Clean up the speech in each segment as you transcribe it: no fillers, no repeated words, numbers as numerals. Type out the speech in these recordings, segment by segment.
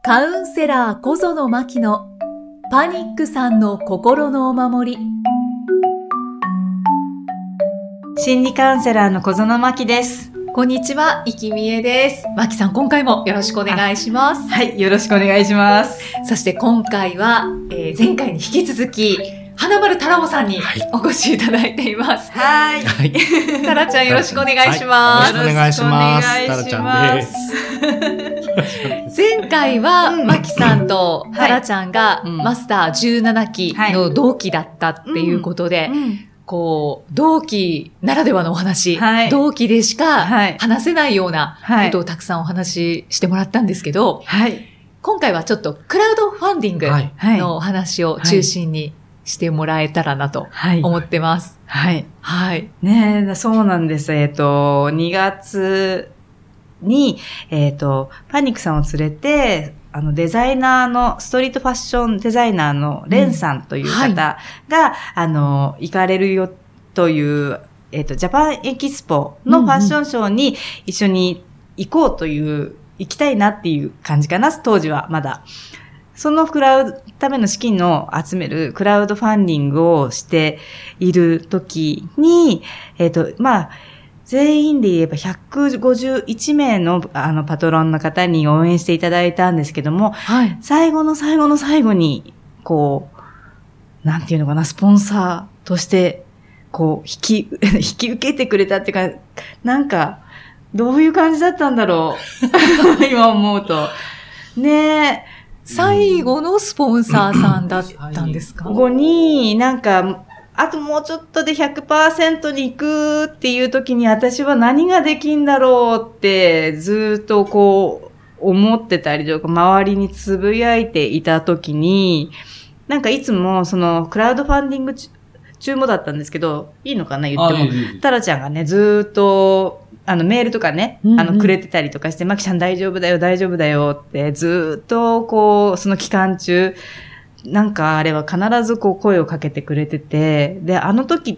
カウンセラー小園真希のパニックさんの心のお守り。 心理カウンセラーの小園真希です。 こんにちは、生きみえです。真希さん、今回もよろしくお願いします。 はい、よろしくお願いします。 そして今回は、前回に引き続き花丸太郎さんにお越しいただいています。 はい。 タラちゃん、よろしくお願いします。 よろしくお願いします。タラちゃんです。 前回は、マキさんとタラちゃんがマスター17期の同期だったっていうことで、こう、同期ならではのお話、同期でしか話せないようなことをたくさんお話ししてもらったんですけど、今回はちょっとクラウドファンディングのお話を中心にしてもらえたらなと思ってます。 はい。ねえ、そうなんです。2月に、パニックさんを連れて、デザイナーの、ストリートファッションデザイナーのレンさんという方が、行かれるよという、ジャパンエキスポのファッションショーに一緒に行こうという、行きたいなっていう感じかな、当時はまだ。そのための資金を集めるクラウドファンディングをしている時に、全員で言えば151名のパトロンの方に応援していただいたんですけども、最後の最後に、こう、なんていうのかな、スポンサーとして、こう、引き受けてくれたっていうか、なんか、どういう感じだったんだろう。今思うと。ねえ。 最後のスポンサーさんだったんですか？ ここに、なんか、あともうちょっとで 100% に行くっていう時に私は何ができんだろうってずっとこう思ってたりとか周りにつぶやいていた時に、なんかいつもそのクラウドファンディング中もだったんですけど、いいのかな言っても。タラちゃんがね、ずっとメールとかね、くれてたりとかして、マキちゃん大丈夫だよって、ずっとこう、その期間中、なんかあれは必ずこう声をかけてくれてて、で、あの時って、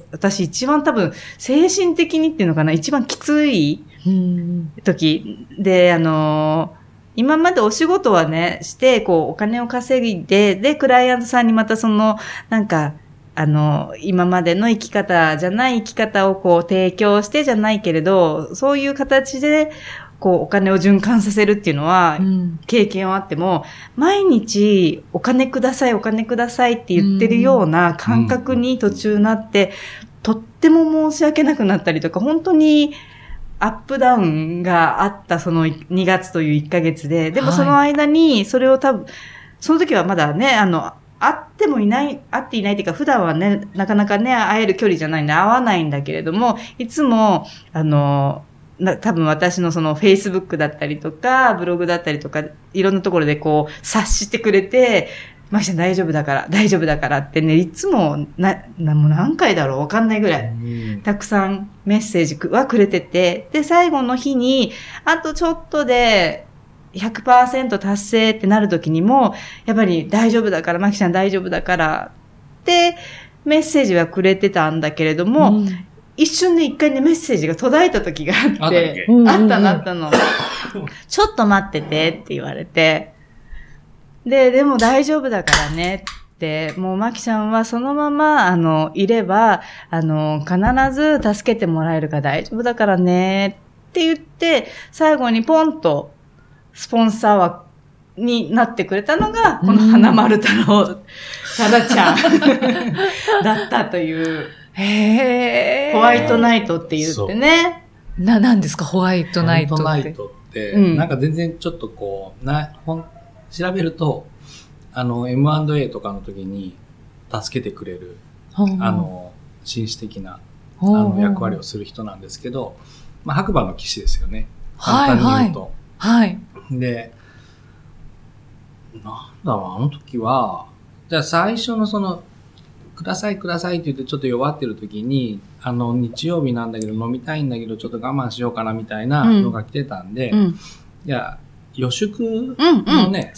私一番多分、精神的にっていうのかな、一番きつい時で、今までお仕事はね、して、こう、お金を稼いで、で、クライアントさんにまたその、なんか、今までの生き方じゃない生き方をこう提供してじゃないけれど、そういう形で、こうお金を循環させるっていうのは、経験はあっても、毎日お金くださいって言ってるような感覚に途中なって、とっても申し訳なくなったりとか、本当にアップダウンがあったその2月という1ヶ月で、でもその間にそれを多分、その時はまだね、会っていないっていうか、普段はね、なかなかね、会える距離じゃないんで会わないんだけれども、いつも、多分私のその Facebook だったりとか、ブログだったりとか、いろんなところでこう、察してくれて、マキちゃん大丈夫だからってね、いつももう何回だろうわかんないぐらい、たくさんメッセージはくれてて、で、最後の日に、あとちょっとで、100% 達成ってなるときにも、やっぱり大丈夫だから、マキちゃん大丈夫だからってメッセージはくれてたんだけれども、一瞬で一回ねメッセージが途絶えた時があって、あったの。ちょっと待っててって言われて、でも大丈夫だからねって、もうマキちゃんはそのまま、いれば、必ず助けてもらえるから大丈夫だからねって言って、最後にポンと、スポンサーになってくれたのが、この花丸太郎、タラちゃんだったという。ホワイトナイトって言ってね。 何ですか、ホワイトナイトって。 ホワイトナイトって、なんか全然ちょっとこう、調べると、M&A とかの時に助けてくれる、紳士的な、役割をする人なんですけど、白馬の騎士ですよね。簡単に言うと。で、なんだろう、あの時は、じゃあ最初のその、くださいって言ってちょっと弱ってる時に、日曜日なんだけど飲みたいんだけどちょっと我慢しようかなみたいなのが来てたんで、いや、予祝のね、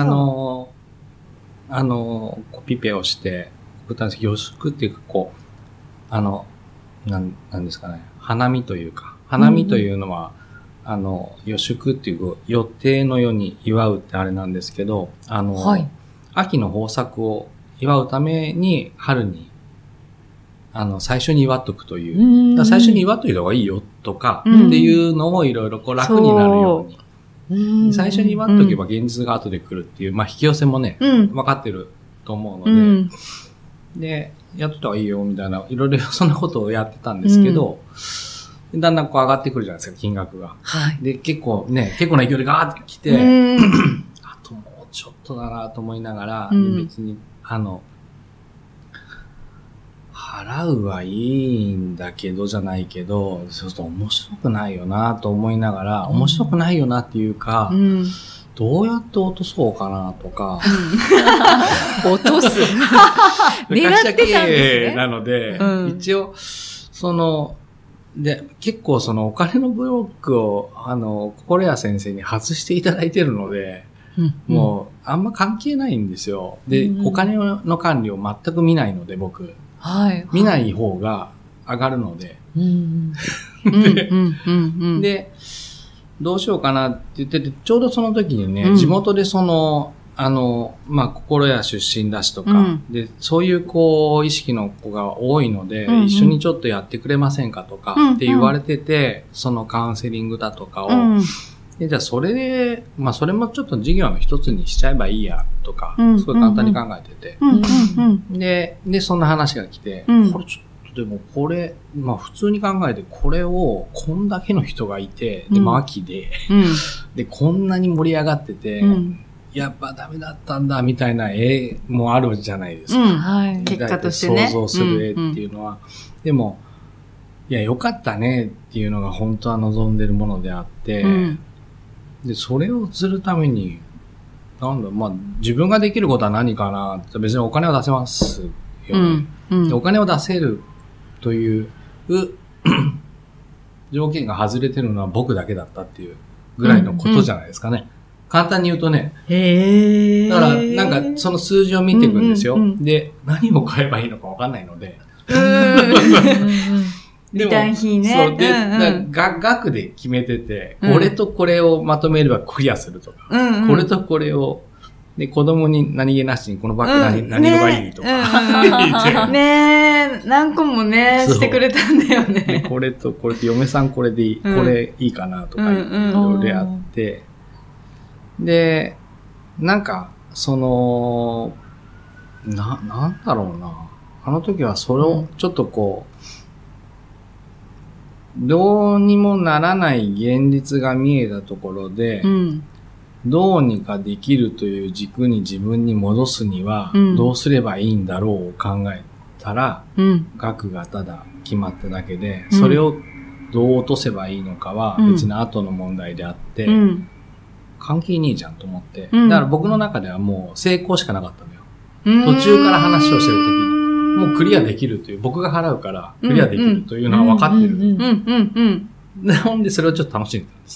コピペをして送ったんですけど、予祝っていうかこう、なんですかね、花見というか、花見というのは、 予祝っていう予定の世に祝うってあれなんですけど、はい、秋の豊作を祝うために春に、最初に祝っとくという。最初に祝っといた方がいいよとか、っていうのをいろいろこう楽になるように。最初に祝っとけば現実が後で来るっていう、まあ引き寄せもね、分かってると思うので、で、やっといた方がいいよみたいな、いろいろそんなことをやってたんですけど、だんだんこう上がってくるじゃないですか、金額が。はい。で、結構な勢いでガーって来て、あともうちょっとだなと思いながら、別に、払うはいいんだけどじゃないけど、そうすると面白くないよなと思いながら、面白くないよなっていうか、どうやって落とそうかなとか。 落とす狙ってたんですね。 なので、一応、で、結構お金のブロックを、心谷先生に外していただいてるので、もう、あんま関係ないんですよ。で、お金の管理を全く見ないので、僕。はい。見ない方が上がるので。で、どうしようかなって言ってて、ちょうどその時にね、地元でまあ、心谷出身だしとか、で、そういう意識の子が多いので、一緒にちょっとやってくれませんかとかって言われてて、そのカウンセリングだとかを、で、じゃあそれで、まあそれもちょっと事業の一つにしちゃえばいいや、とか、すごい簡単に考えてて。で、そんな話が来て、これちょっとでもこれ、まあ普通に考えてこれをこんだけの人がいて、で、秋で、で、こんなに盛り上がってて、やっぱダメだったんだ、みたいな絵もあるじゃないですか。 はい。結果としてね。 想像する絵っていうのは。でも、いや、よかったねっていうのが本当は望んでるものであって、で、それをするために、まあ、自分ができることは何かなって、別にお金を出せますよね。でお金を出せるという条件が外れてるのは僕だけだったっていうぐらいのことじゃないですかね。簡単に言うとね。だから、なんかその数字を見ていくんですよ。で、何を買えばいいのかわかんないので。 でも、そうで、額で決めてて、これとこれをまとめればクリアするとか、これとこれを、で、子供に何気なしにこのバッグ何色がいいとか。 ねえ、何個もね、してくれたんだよね。 これとこれと嫁さんこれでいい、これいいかなとか、いろいろやって、で、なんか、なんだろうな。あの時はそれをちょっとどうにもならない現実が見えたところで、どうにかできるという軸に自分に戻すには、どうすればいいんだろうを考えたら、額がただ決まっただけで、それをどう落とせばいいのかは別に後の問題であって、関係ねえじゃんと思って。だから僕の中ではもう成功しかなかったのよ。途中から話をしてる時に。もうクリアできるという、僕が払うからクリアできるというのは分かってる。なのでそれをちょっと楽しんでたんです。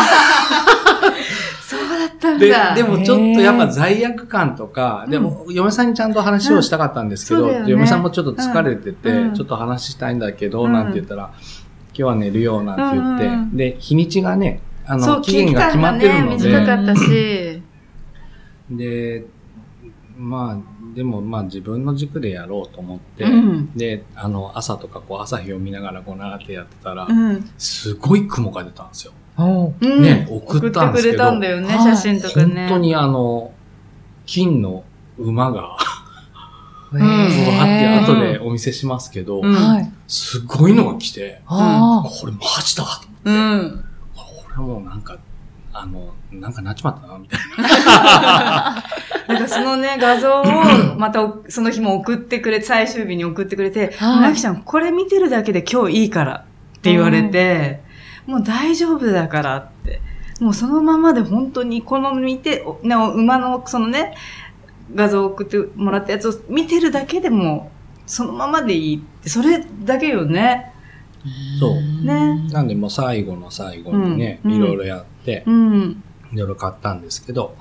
そうだったんだ。 でもちょっとやっぱ罪悪感とか、でも嫁さんにちゃんと話をしたかったんですけど、嫁さんもちょっと疲れてて、ちょっと話したいんだけど、なんて言ったら、今日は寝るよなんて言って、で、日にちがね、期限が決まってるので。 短かったし。 で、まあ、でもまあ自分の軸でやろうと思って、で、朝とか朝日を見ながらなーってやってたら、すごい雲が出たんですよ。ね、送ったんですけど。送ってくれたんだよね、写真とかね。 本当に金の馬が、わーって後でお見せしますけど、すごいのが来て、これマジだと思って、これもうなんかなっちまったな、みたいな。 なんかそのね、画像をまたその日も送ってくれて、最終日に送ってくれて、マキちゃんこれ見てるだけで今日いいからって言われて、もう大丈夫だからって。もうそのままで本当に見て、馬の画像を送ってもらったやつを見てるだけでも、そのままでいいって、それだけよね。 そう。ね。なんでもう最後の最後にね、いろいろやって、いろいろ買ったんですけど、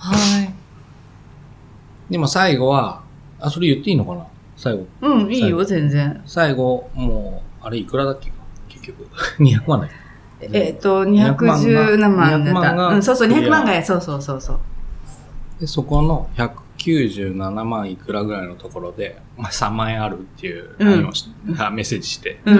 でも最後は、それ言っていいのかな最後。 いいよ、全然。 最後、もう、あれいくらだっけ結局。200万だっけ 210何万だった。そうそう、200万が、そう。 で、そこの197万いくらぐらいのところで、3万円あるっていうメッセージして、で、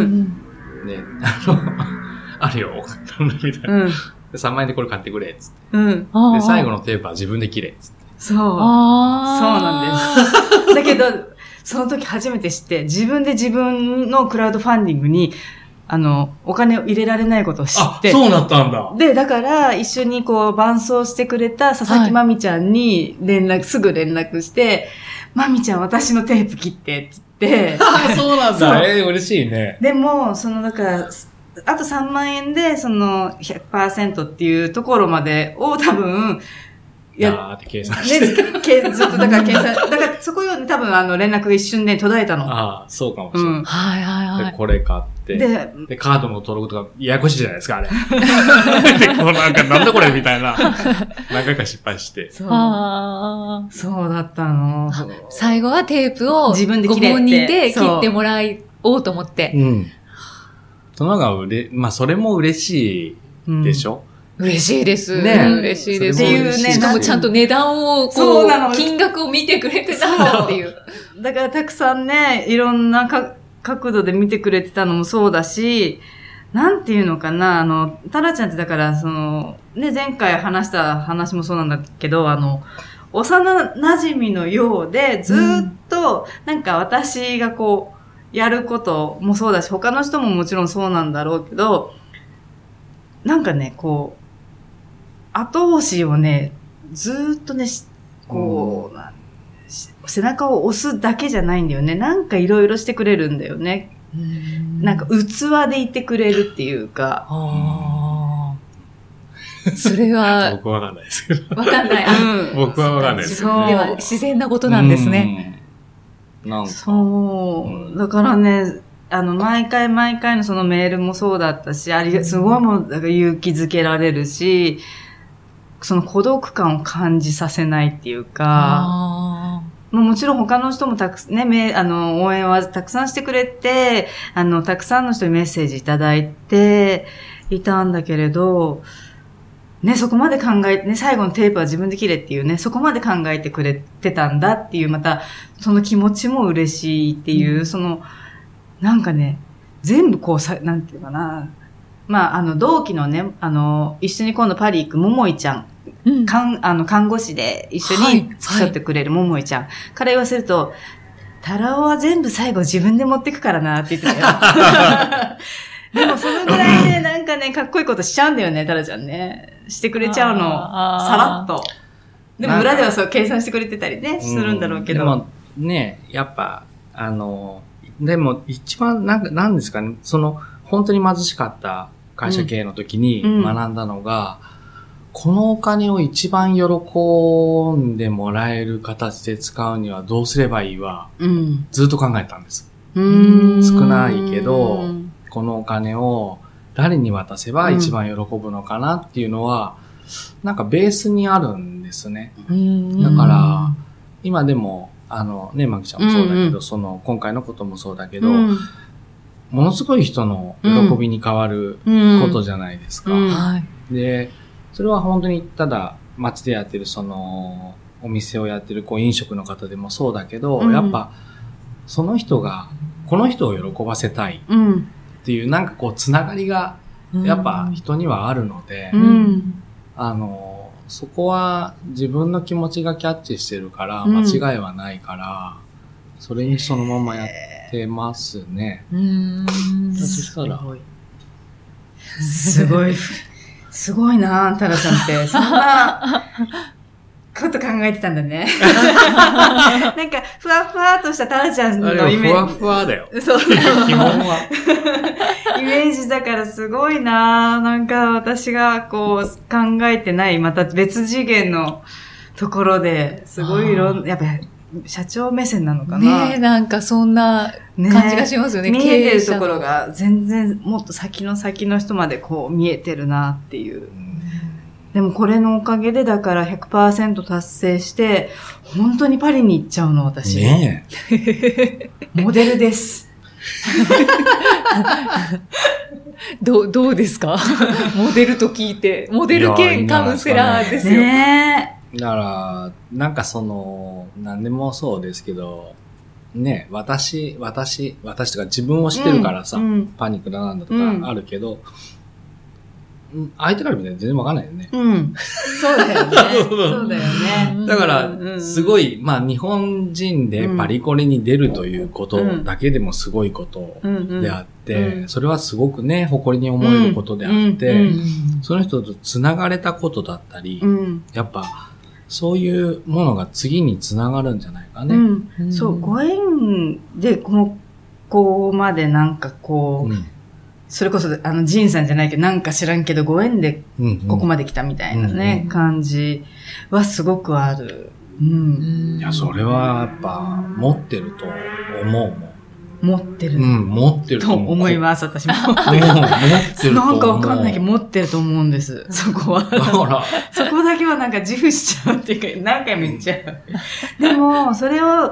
あるよ、みたいな。で、3万円でこれ買ってくれ、つって。で、最後のテープは自分で切れ、つって。 そうなんです。だけど、その時初めて知って、自分で自分のクラウドファンディングに、お金を入れられないことを知って。 そうだったんだ。 で、だから、一緒に伴走してくれた佐々木まみちゃんにすぐ連絡して、まみちゃん私のテープ切って、って言って。 そうなんだ。嬉しいね。 でも、だから、あと3万円で、100% っていうところまでを多分、 って計算して。 ずっとだから計算、だからそこより多分連絡が一瞬で途絶えたの。 そうかもしれない。 はい。 で、これ買って。で、カードの登録とか、ややこしいじゃないですか、あれ。で、なんだこれみたいな。何回か失敗して。 そうだったの。 最後はテープを自分でご本人で切ってもらおうと思って。 そのがそれも嬉しいでしょ。 嬉しいです。 ね。 嬉しいです。 っていうね。 しかもちゃんと値段を、金額を見てくれてたんだっていう。 だからたくさんね、いろんな角度で見てくれてたのもそうだし、なんていうのかな、タラちゃんってだから、前回話した話もそうなんだけど、幼馴染のようで、ずっと、なんか私がやることもそうだし、他の人ももちろんそうなんだろうけど、なんかね、後押しをね、ずっとね、背中を押すだけじゃないんだよね。なんかいろいろしてくれるんだよね。なんか器でいてくれるっていうか。 それは。 僕はわかんないですけど。 わかんない。 僕はわかんないですけど。 では自然なことなんですね。 そう。だからね、毎回のそのメールもそうだったし、すごいもう、だから勇気づけられるし、その孤独感を感じさせないっていうか、もちろん他の人も応援はたくさんしてくれて、たくさんの人にメッセージいただいていたんだけれど、ね、そこまで考えて、ね、最後のテープは自分で切れっていうね、そこまで考えてくれてたんだっていう、また、その気持ちも嬉しいっていう、なんかね、全部なんていうかな。同期のね、一緒に今度パリ行くももいちゃん。看護師で一緒に付き添ってくれるももいちゃん。から言わせると、タラオは全部最後自分で持ってくからなって言ってたよ。でもそのぐらいね、なんかね、かっこいいことしちゃうんだよね、タラちゃんね。してくれちゃうの。さらっと。でも裏ではそう計算してくれてたりね、するんだろうけど。 でもね、やっぱ、でも一番なんですかね、本当に貧しかった会社経営の時に学んだのが、このお金を一番喜んでもらえる形で使うにはどうすればいいわ、ずっと考えたんです。少ないけど、このお金を誰に渡せば一番喜ぶのかなっていうのは、なんかベースにあるんですね。だから、今でも、ね、まきちゃんもそうだけど、今回のこともそうだけど、ものすごい人の喜びに変わることじゃないですか。で、それは本当にただ街でやってるお店をやってる飲食の方でもそうだけど、やっぱその人がこの人を喜ばせたいっていうなんかつながりがやっぱ人にはあるので、そこは自分の気持ちがキャッチしてるから間違いはないから、それにそのままやってますね。そしたらすごいなタラちゃんって。そんなこと考えてたんだね。なんか、ふわふわとしたタラちゃんのイメージ。 ふわふわだよ。 そう。 基本は。 イメージだからすごいななんか私が考えてない、また別次元のところで、すごいやっぱ社長目線なのかな。 ねえ、なんかそんな感じがしますよね。 見えてるところが全然もっと先の人まで見えてるなっていう。でもこれのおかげでだから 100% 達成して、本当にパリに行っちゃうの、私。 ねえ。モデルです。 どうですかモデルと聞いて。モデル兼カウンセラーですよ。 ねだから、なんか何でもそうですけど、ね、私とか自分を知ってるからさ、パニックだなんだとかあるけど、相手から見たら全然わかんないよね。 そうだよね。そうだよね。 だから、すごい、日本人でパリコレに出るということだけでもすごいことであって、それはすごくね、誇りに思えることであって、その人と繋がれたことだったり、やっぱ、そういうものが次に繋がるんじゃないかね。 そう、ご縁で、ここまでなんかそれこそ、ジンさんじゃないけど、なんか知らんけど、ご縁で、ここまで来たみたいなね、感じはすごくある。 いや、それはやっぱ、持ってると思うもん。 持ってる。 持ってると思います、私も。持ってると思う。 なんかわかんないけど、持ってると思うんです、そこは。 だから、 そこだけはなんか自負しちゃうっていうか、何回も言っちゃう。でも、それを、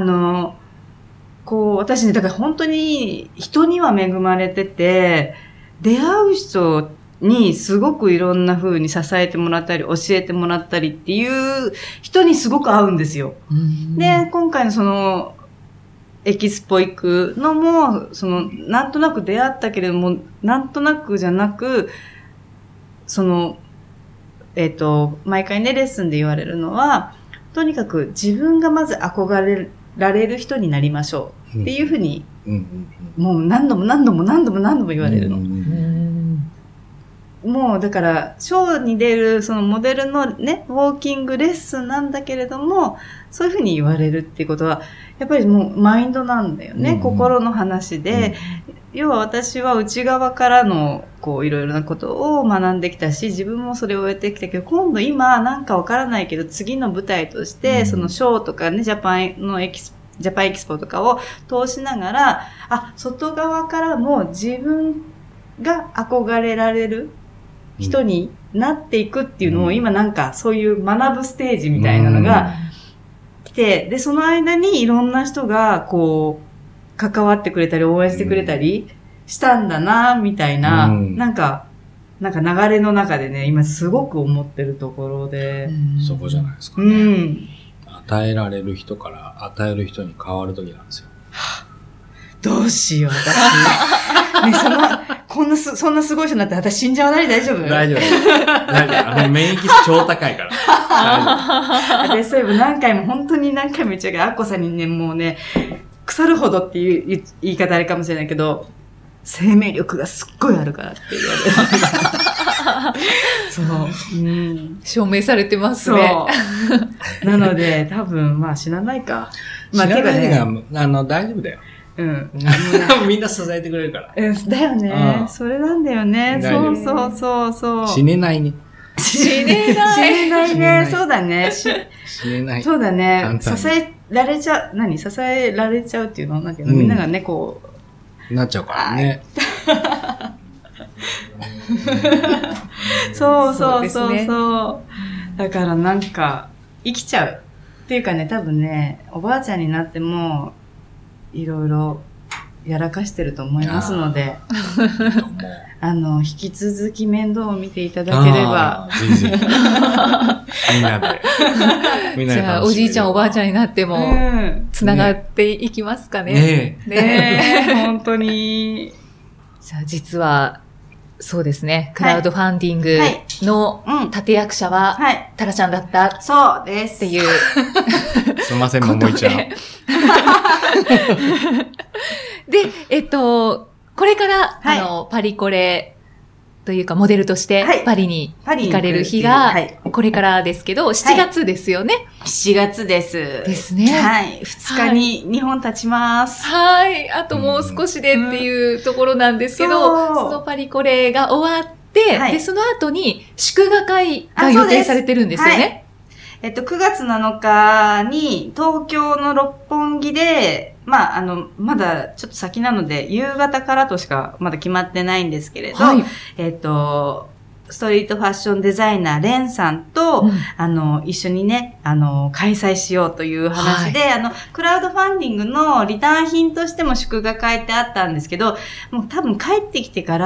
私ね、だから本当に人には恵まれてて、出会う人にすごくいろんな風に支えてもらったり、教えてもらったりっていう人にすごく合うんですよ。で、今回のエキスポ行くのも、なんとなく出会ったけれども、なんとなくじゃなく、毎回ね、レッスンで言われるのは、とにかく自分がまず憧れられる人になりましょうっていうふうに、もう何度も言われるの。もうだから、ショーに出るそのモデルのね、ウォーキングレッスンなんだけれども、そういうふうに言われるっていうことは、やっぱりもうマインドなんだよね。心の話で、要は私は内側からのいろいろなことを学んできたし、自分もそれをやってきたけど、今度今なんかわからないけど、次の舞台として、そのショーとかね、ジャパンエキスポとかを通しながら、外側からも自分が憧れられる人になっていくっていうのを、今なんかそういう学ぶステージみたいなのが来て、で、その間にいろんな人が関わってくれたり応援してくれたりしたんだな、みたいな、なんか流れの中でね、今すごく思ってるところで。 そこじゃないですかね。与えられる人から与える人に変わるときなんですよ。 どうしよう、私。ね、そんなすごい人になって私死んじゃわない？大丈夫？ 大丈夫。免疫超高いから。 私そういえば本当に何回も言っちゃうけど、アッコさんにね、もうね、腐るほどっていう言い方あれかもしれないけど、生命力がすっごいあるからって言われる。そう。 証明されてますね。 そう。なので、多分、死なないか。 死なないが、大丈夫だよ。みんな支えてくれるから。 だよね。それなんだよね。そう。 死ねないね。 死ねないね。そうだね。死ねない。 そうだね。支えられちゃうっていうのなんていうの、みんながね、 なっちゃうからね。 そう。だからなんか、生きちゃう。っていうかね、多分ね、おばあちゃんになっても、いろいろやらかしてると思いますので、引き続き面倒を見ていただければ。 ぜひみんなで。 じゃあ、おじいちゃんおばあちゃんになっても、つながっていきますかね。 ねえ、本当に。 じゃあ、実は、そうですね。クラウドファンディングの立役者は、タラちゃんだった。 そうです。 っていう。 すいません、ももいちゃん。 で、これから、パリコレというか、モデルとしてパリに行かれる日が、これからですけど、7月ですよね。 7月です。 ですね。 はい。2日に日本立ちます。 はい。あともう少しでっていうところなんですけど、そのパリコレが終わって、で、その後に祝賀会が予定されてるんですよね。 9月7日に東京の六本木で、まだちょっと先なので、夕方からとしかまだ決まってないんですけれど、 ストリートファッションデザイナーレンさんと、一緒にね、開催しようという話で、クラウドファンディングのリターン品としても祝賀書いてあったんですけど、もう多分帰ってきてから、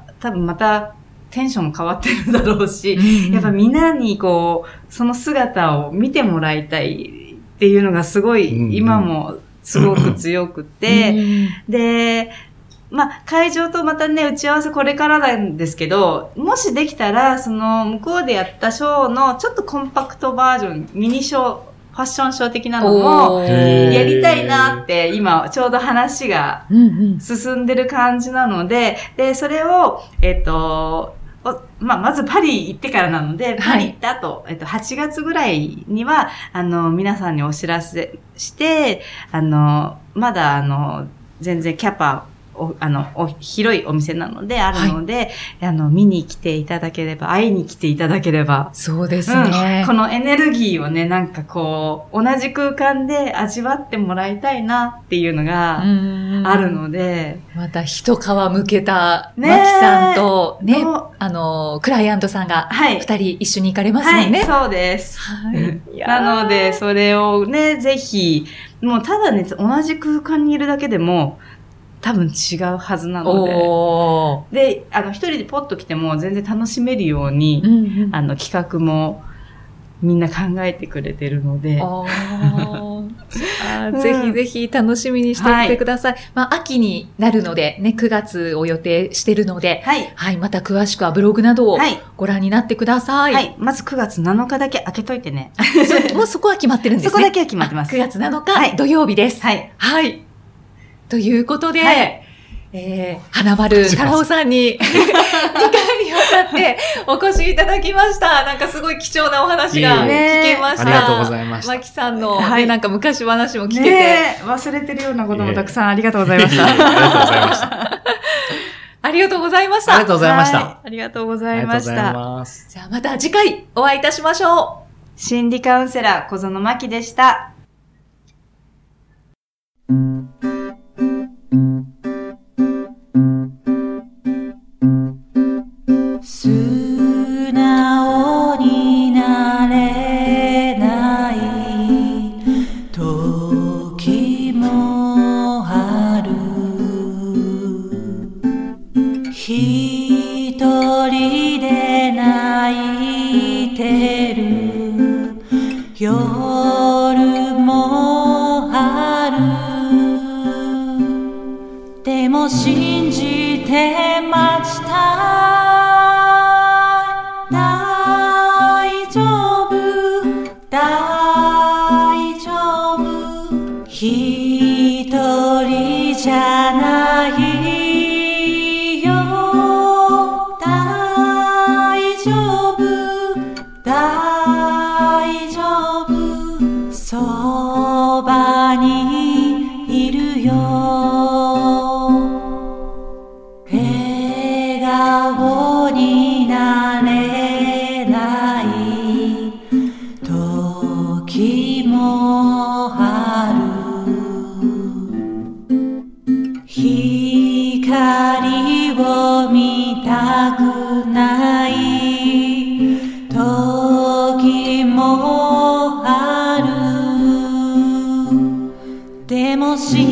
多分またテンションも変わってるだろうし、やっぱみんなにその姿を見てもらいたいっていうのがすごい、今もすごく強くて、で、会場とまたね、打ち合わせこれからなんですけど、もしできたら、向こうでやったショーのちょっとコンパクトバージョン、ミニショー、ファッションショー的なのもやりたいなって今ちょうど話が進んでる感じなので、で、それを、まずパリ行ってからなので、パリ行った後、8月ぐらいには、皆さんにお知らせして、まだ全然キャパ、広いお店なので、あるので、見に来ていただければ、会いに来ていただければ。 そうですね。 このエネルギーをね、なんか同じ空間で味わってもらいたいなっていうのがあるので。 また一皮むけた、マキさんと、ね、クライアントさんが、二人一緒に行かれますもんね。 はい、そうです。なので、それをね、ぜひ、もうただね、同じ空間にいるだけでも、多分違うはずなので。で、一人でポッと来ても全然楽しめるように、企画もみんな考えてくれてるので。 ぜひぜひ楽しみにしていてください。秋になるので、ね、9月を予定してるので、はい、また詳しくはブログなどをご覧になってください。 はい、まず9月7日だけ開けといてね。 もうそこは決まってるんですね。 そこだけは決まってます。 9月7日、土曜日です。 はい。 はい。ということで、花丸太郎さんに2回にわたってお越しいただきました。なんかすごい貴重なお話が聞けました。 ありがとうございました。 マキさんの、なんか昔話も聞けて、 忘れてるようなこともたくさんありがとうございました。 ありがとうございました。 ありがとうございました。 ありがとうございました。 ありがとうございました。 じゃあまた次回お会いいたしましょう。心理カウンセラー小園真希でした。 素直になれない時もある。一人で泣いてる夜もある。でも信じて待ちたい。一人じゃないよ。大丈夫、大丈夫。そばにいるよ。笑顔になれない時もある。光を見たくない時もある。でも